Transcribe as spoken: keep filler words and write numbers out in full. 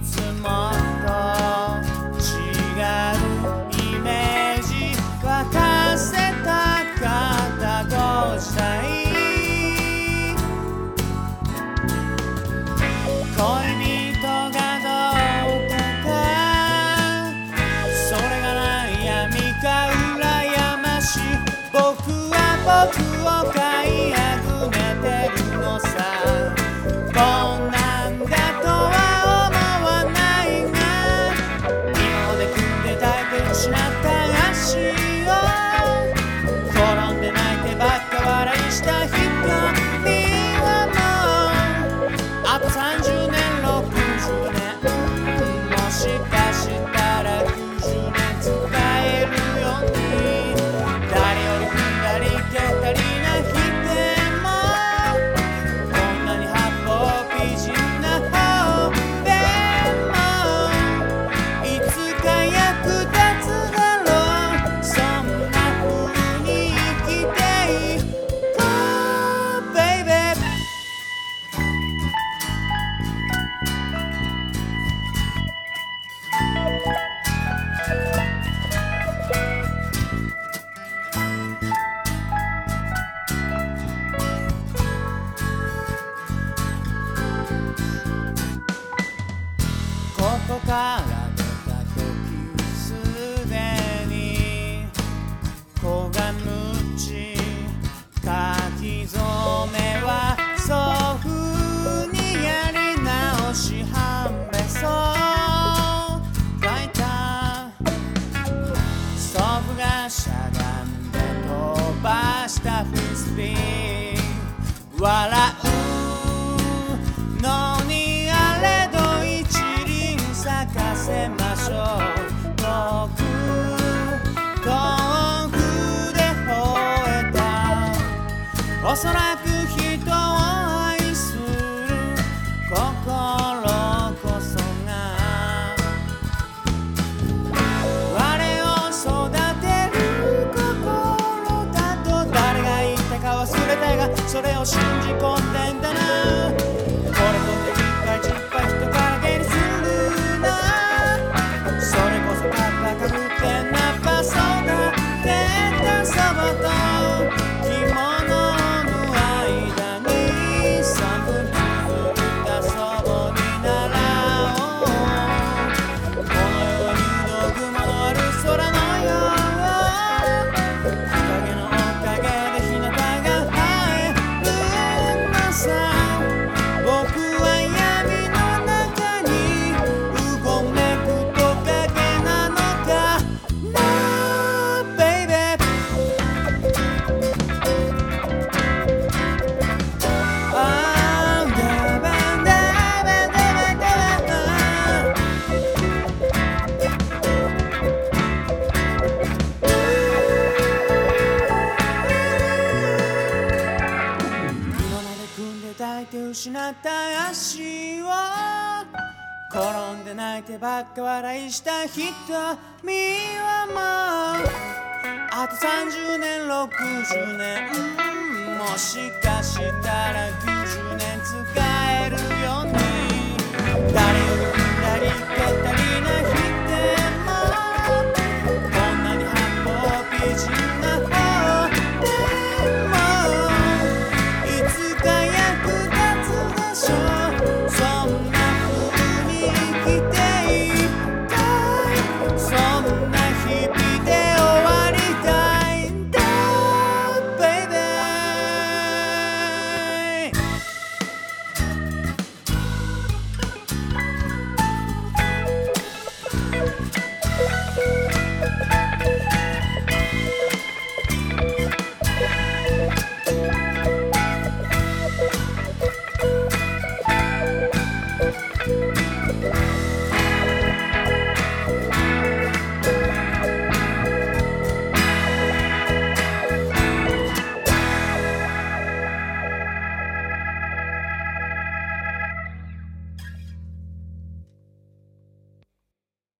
つもと違うイメージ沸かせたかったご時代恋人がどうとかそれが悩みか羨ましい僕は僕を飼いあぐめてるのさこんなんだとは思わないが今まで組んで抱いて失った足を転んで泣いてばっか笑いした瞳はもうあとさんじゅうねんろくじゅうねんもしかしたらきゅうじゅうねん使えるように誰より踏んだり蹴ったりな日でもこんなに八方美人な方でもいつか役立つだろうそんな風に生きていこう Babyここから出た時すでにこがむち書き初めは祖父にやり直し半べそ書いた祖父がしゃがんで飛ばしたフリスビー笑うのにあれど一輪咲かせましょう遠く遠くで吠えたおそらく人を愛する心こそが我を育てる心だと誰が言ったか忘れたいがそれを信じ込んでんだなこれとって失敗失敗人からげにするなそれこそカッパかぶってナッパそうだ出たそばと着物の間に寒く降った祖母にならおうこの世にの雲のある空のよう日陰のおかげで日向が生えるのさ僕は闇の中にうごめくトカゲなのかな Baby あーダバンダバンダバンダバン今まで組んで抱いて失った足を転んで泣いてばっか笑いした瞳はもうあとさんじゅうねんろくじゅうねんもしかしたらきゅうじゅうねん使えるように誰より